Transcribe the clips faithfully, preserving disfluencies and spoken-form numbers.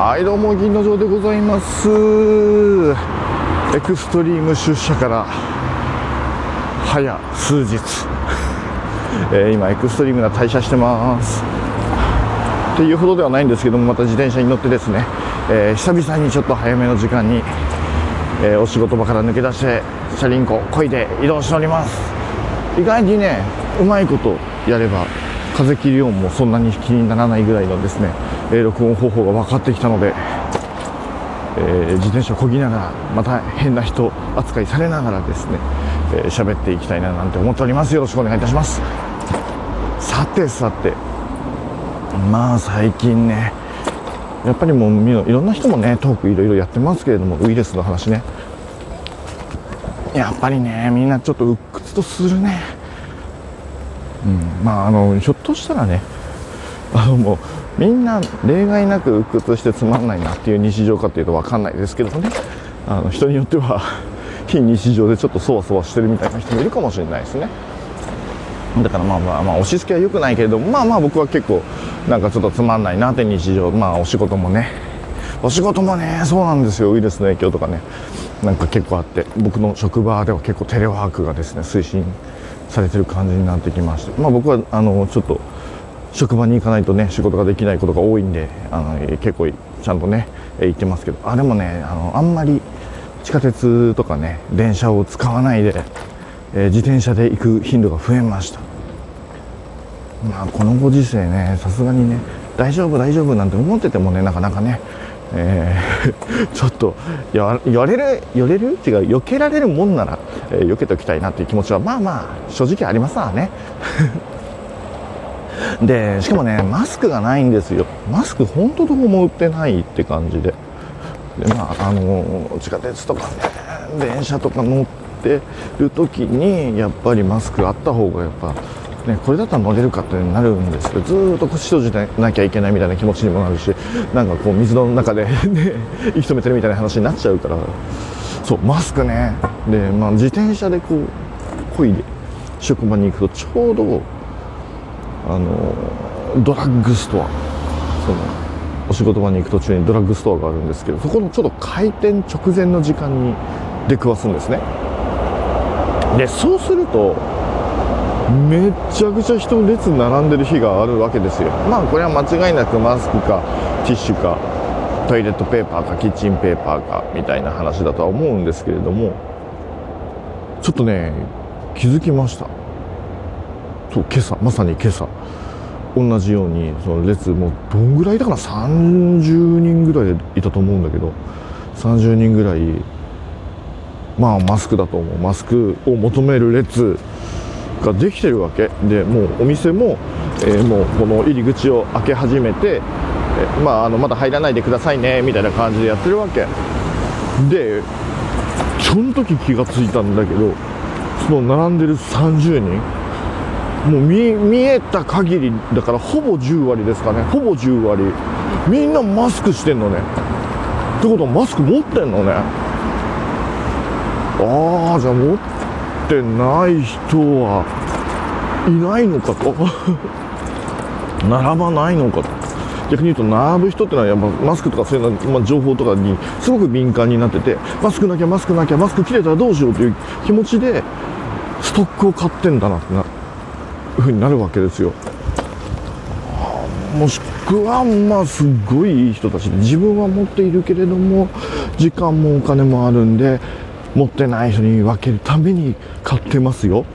はいどうも銀の城でございます。エクストリーム出社から早数日、えー、今エクストリームが退社してますっていうほどではないんですけども、また自転車に乗ってですね、えー、久々にちょっと早めの時間に、えー、お仕事場から抜け出してチャリンコ漕いで移動しております。意外にね、うまいことやれば風切り音もそんなに気にならないぐらいのですね、えー、録音方法が分かってきたので、えー、自転車漕ぎながらまた変な人扱いされながらですね、えー、喋っていきたいななんて思っております。よろしくお願いいたします。さてさて、まあ最近ね、やっぱりもういろんな人もねトークいろいろやってますけれども、ウイルスの話ね、やっぱりねみんなちょっと鬱屈とするね。うん、まああのひょっとしたらね、あのもうみんな例外なく鬱屈してつまんないなっていう日常かっていうと分かんないですけどね、あの人によっては非日常でちょっとそわそわしてるみたいな人もいるかもしれないですね。だからまあまあまあ押し付けは良くないけれども、まあまあ僕は結構なんかちょっとつまんないなって日常、まあお仕事もねお仕事もねそうなんですよ。ウイルスの影響とかねなんか結構あって、僕の職場では結構テレワークがですね推進されてる感じになってきまして、まあ僕はあのちょっと職場に行かないとね仕事ができないことが多いんで、あの結構ちゃんとね行ってますけど、あでもねあのあんまり地下鉄とかね電車を使わないで、えー、自転車で行く頻度が増えました。まあこのご時世ね、さすがにね大丈夫大丈夫なんて思っててもね、なかなかね、えー、ちょっとややれる寄れる違う避けられるもんなら、えー、避けておきたいなっていう気持ちはまあまあ正直ありますわねでしかもねマスクがないんですよ。マスク本当どこも売ってないって感じで、でまああの地下鉄とかね電車とか乗ってる時にやっぱりマスクあった方がやっぱね、これだったら乗れるかってなるんですけど、ずーっと口閉じてなきゃいけないみたいな気持ちにもなるし、なんかこう水の中で、ね、息止めてるみたいな話になっちゃうから、そうマスクね。で、まあ、自転車でこう漕いで職場に行くとちょうどあのドラッグストア、そのお仕事場に行く途中にドラッグストアがあるんですけど、そこのちょっと開店直前の時間に出くわすんですね。でそうするとめちゃくちゃ人列並んでる日があるわけですよ。まあこれは間違いなくマスクかティッシュかトイレットペーパーかキッチンペーパーかみたいな話だとは思うんですけれども、ちょっとね気づきました。そう今朝まさに今朝同じようにその列もどんぐらいだかな、さんじゅうにんぐらいいたと思うんだけど、さんじゅうにんぐらいまあマスクだと思うマスクを求める列ができてるわけで、もうお店も、えー、もうこの入り口を開け始めて、えー、まああのまだ入らないでくださいねみたいな感じでやってるわけで、その時気がついたんだけど、その並んでるさんじゅうにんもう 見, 見えた限りだからほぼじゅうわりですかね、ほぼじゅうわりみんなマスクしてんのね。ってことはマスク持ってんのね。ああじゃあ持ってってない人はいないのかと並ばないのかと、逆に言うと並ぶ人ってのはやっぱマスクとかそういうの、まあ、情報とかにすごく敏感になってて、マスクなきゃマスクなきゃマスク切れたらどうしようという気持ちでストックを買ってんだなってなふうになるわけですよ。もしくはまあすごいいい人たちで、自分は持っているけれども時間もお金もあるんで持ってない人に分けるために買ってますよ。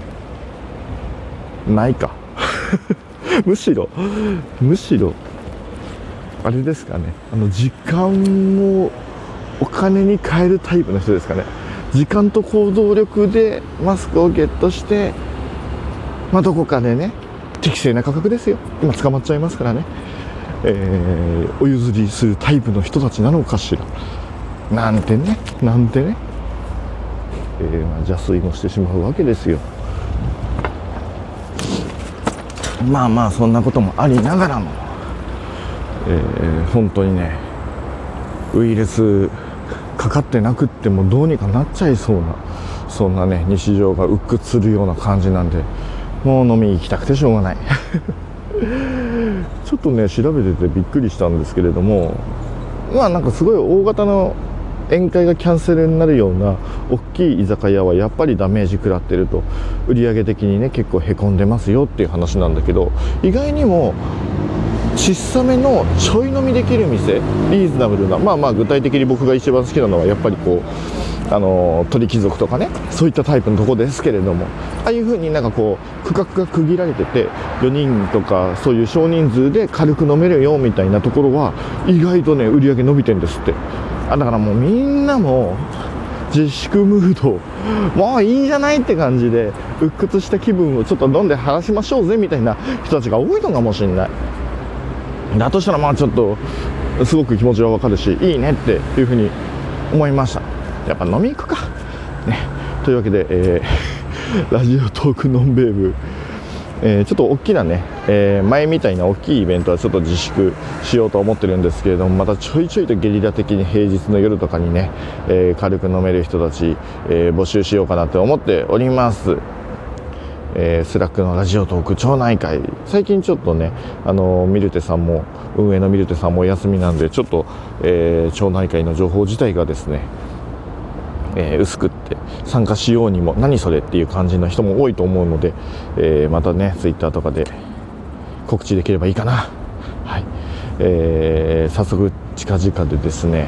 ないかむしろむしろあれですかね、あの時間をお金に変えるタイプの人ですかね。時間と行動力でマスクをゲットして、まあどこかでね適正な価格ですよ、今捕まっちゃいますからね、えー、お譲りするタイプの人たちなのかしらなんてねなんてねえーまあ、邪推もしてしまうわけですよ。まあまあそんなこともありながらも、えー、本当にねウイルスかかってなくってもどうにかなっちゃいそうな、そんなね日常が鬱屈するような感じなんで、もう飲みに行きたくてしょうがないちょっとね調べててびっくりしたんですけれども、 まあなんかすごい大型の宴会がキャンセルになるような大きい居酒屋はやっぱりダメージ食らってると、売上的にね結構へこんでますよっていう話なんだけど、意外にも小さめのちょい飲みできる店、リーズナブルな、まあまあ具体的に僕が一番好きなのはやっぱりこうあの鳥貴族とかね、そういったタイプのとこですけれども、ああいう風になんかこう区画が区切られててよにんとかそういう少人数で軽く飲めるよみたいなところは意外とね売り上げ伸びてんですって。あ、だからもうみんなも自粛ムード、もういいじゃないって感じで鬱屈した気分をちょっと飲んで晴らしましょうぜみたいな人たちが多いのかもしれない。だとしたらまあちょっとすごく気持ちはわかるし、いいねっていうふうに思いました。やっぱ飲み行くかね。というわけで、えー、ラジオトークのんべー部、えー、ちょっと大きなね、えー、前みたいな大きいイベントはちょっと自粛しようと思ってるんですけれども、またちょいちょいとゲリラ的に平日の夜とかにね、えー、軽く飲める人たち、えー、募集しようかなと思っております。えー、スラックのラジオトーク町内会、最近ちょっとね、あのー、ミルテさんも運営のミルテさんもお休みなんで、ちょっと、えー、町内会の情報自体がですね、えー、薄くって参加しようにも何それっていう感じの人も多いと思うので、えー、またねツイッターとかで告知できればいいかな。はい、えー、早速近々でですね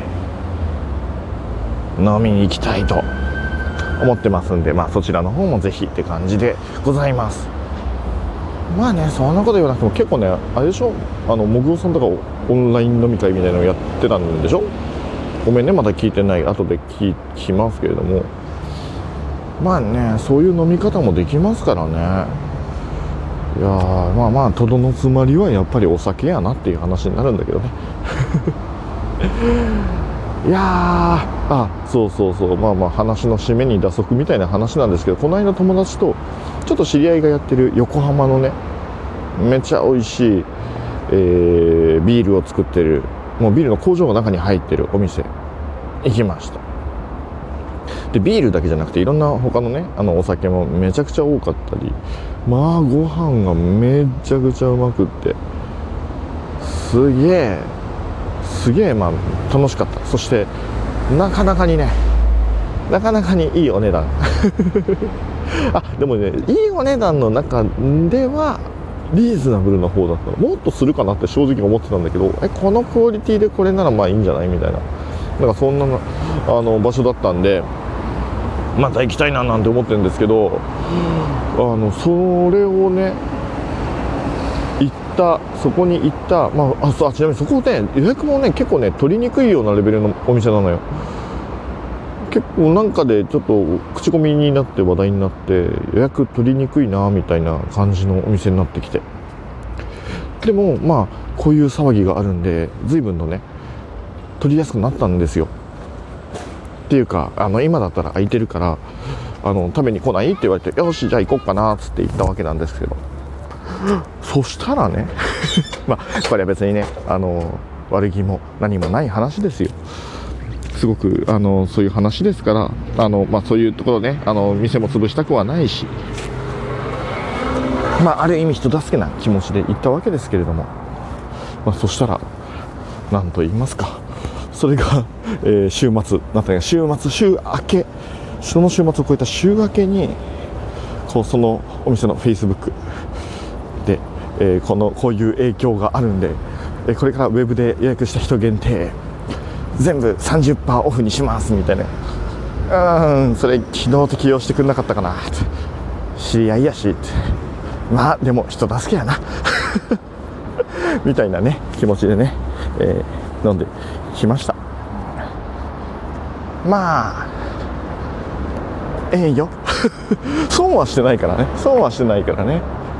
飲みに行きたいと思ってますんで、まあそちらの方もぜひって感じでございます。まあね、そんなこと言わなくても結構ね、あれでしょ、あのもぐおさんとかオンライン飲み会みたいなのやってたんでしょ。ごめんね、まだ聞いてない、後で聞きますけれども、まあね、そういう飲み方もできますからね。いやー、まあまあとどのつまりはやっぱりお酒やなっていう話になるんだけどねいやー、あ、そうそうそう、まあまあ話の締めに打足みたいな話なんですけど、この間友達とちょっと知り合いがやってる横浜のねめっちゃ美味しい、えー、ビールを作ってる、もうビールの工場の中に入ってるお店行きました。でビールだけじゃなくていろんな他のねあのお酒もめちゃくちゃ多かったり、まあご飯がめちゃくちゃうまくって、すげえすげえまあ楽しかった。そしてなかなかにねなかなかにいいお値段あ、でもねいいお値段の中ではリーズナブルな方だったの。もっとするかなって正直思ってたんだけど、えこのクオリティでこれならまあいいんじゃないみたいな、なんかそんなあの場所だったんで、また行きたいななんて思ってるんですけど、あのそれをね行ったそこに行った、まあ、あそうちなみにそこで予約もね結構ね取りにくいようなレベルのお店なのよ。結構なんかでちょっと口コミになって話題になって予約取りにくいなみたいな感じのお店になってきて、でもまあこういう騒ぎがあるんで随分とね取りやすくなったんですよ。っていうかあの今だったら空いてるからあの食べに来ないって言われて、よしじゃあ行こうかなっつって行ったわけなんですけど、そしたらねまあこれは別にねあの悪気も何もない話ですよ。すごくあのそういう話ですから、あの、まあ、そういうところねあの店も潰したくはないし、まあ、ある意味人助けな気持ちで行ったわけですけれども、まあ、そしたら何と言いますか、それが、えー、週末なんていうか週末週明けその週末を超えた週明けにこうそのお店のフェイスブックで、えー、このこういう影響があるんで、えー、これからウェブで予約した人限定全部 さんじゅっパーセント オフにしますみたいな、うーんそれ昨日適用してくれなかったかなって、知り合いやしって、まあでも人助けやなみたいなね気持ちでね、えー、飲んできました。まあええよ損はしてないからね損はしてないからね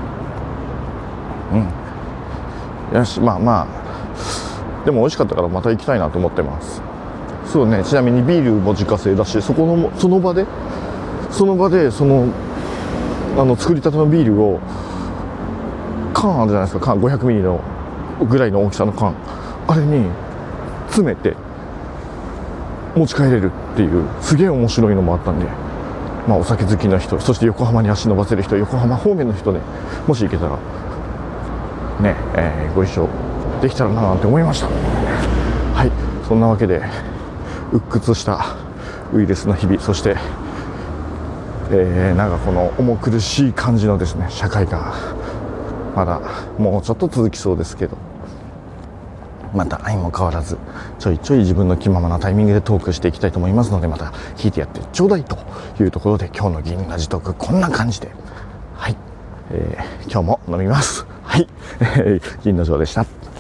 うんよし、まあまあでも美味しかったからまた行きたいなと思ってます。そうね、ちなみにビールも自家製だし、そこのその場でその場でそのあの作りたてのビールを缶あるじゃないですか、缶ごひゃくミリのぐらいの大きさの缶、あれに詰めて持ち帰れるっていうすげえ面白いのもあったんで、まあお酒好きな人、そして横浜に足伸ばせる人、横浜方面の人ね、もし行けたらね、えー、ご一緒できたらななんて思いました。はい、 そんなわけで鬱屈したウイルスの日々、そして、えー、なんかこの重苦しい感じのですね社会がまだもうちょっと続きそうですけど、また相も変わらずちょいちょい自分の気ままなタイミングでトークしていきたいと思いますので、また聞いてやってちょうだいというところで、今日の銀ラジトークこんな感じで、はい、えー、今日も飲みます。はい、銀の城でした。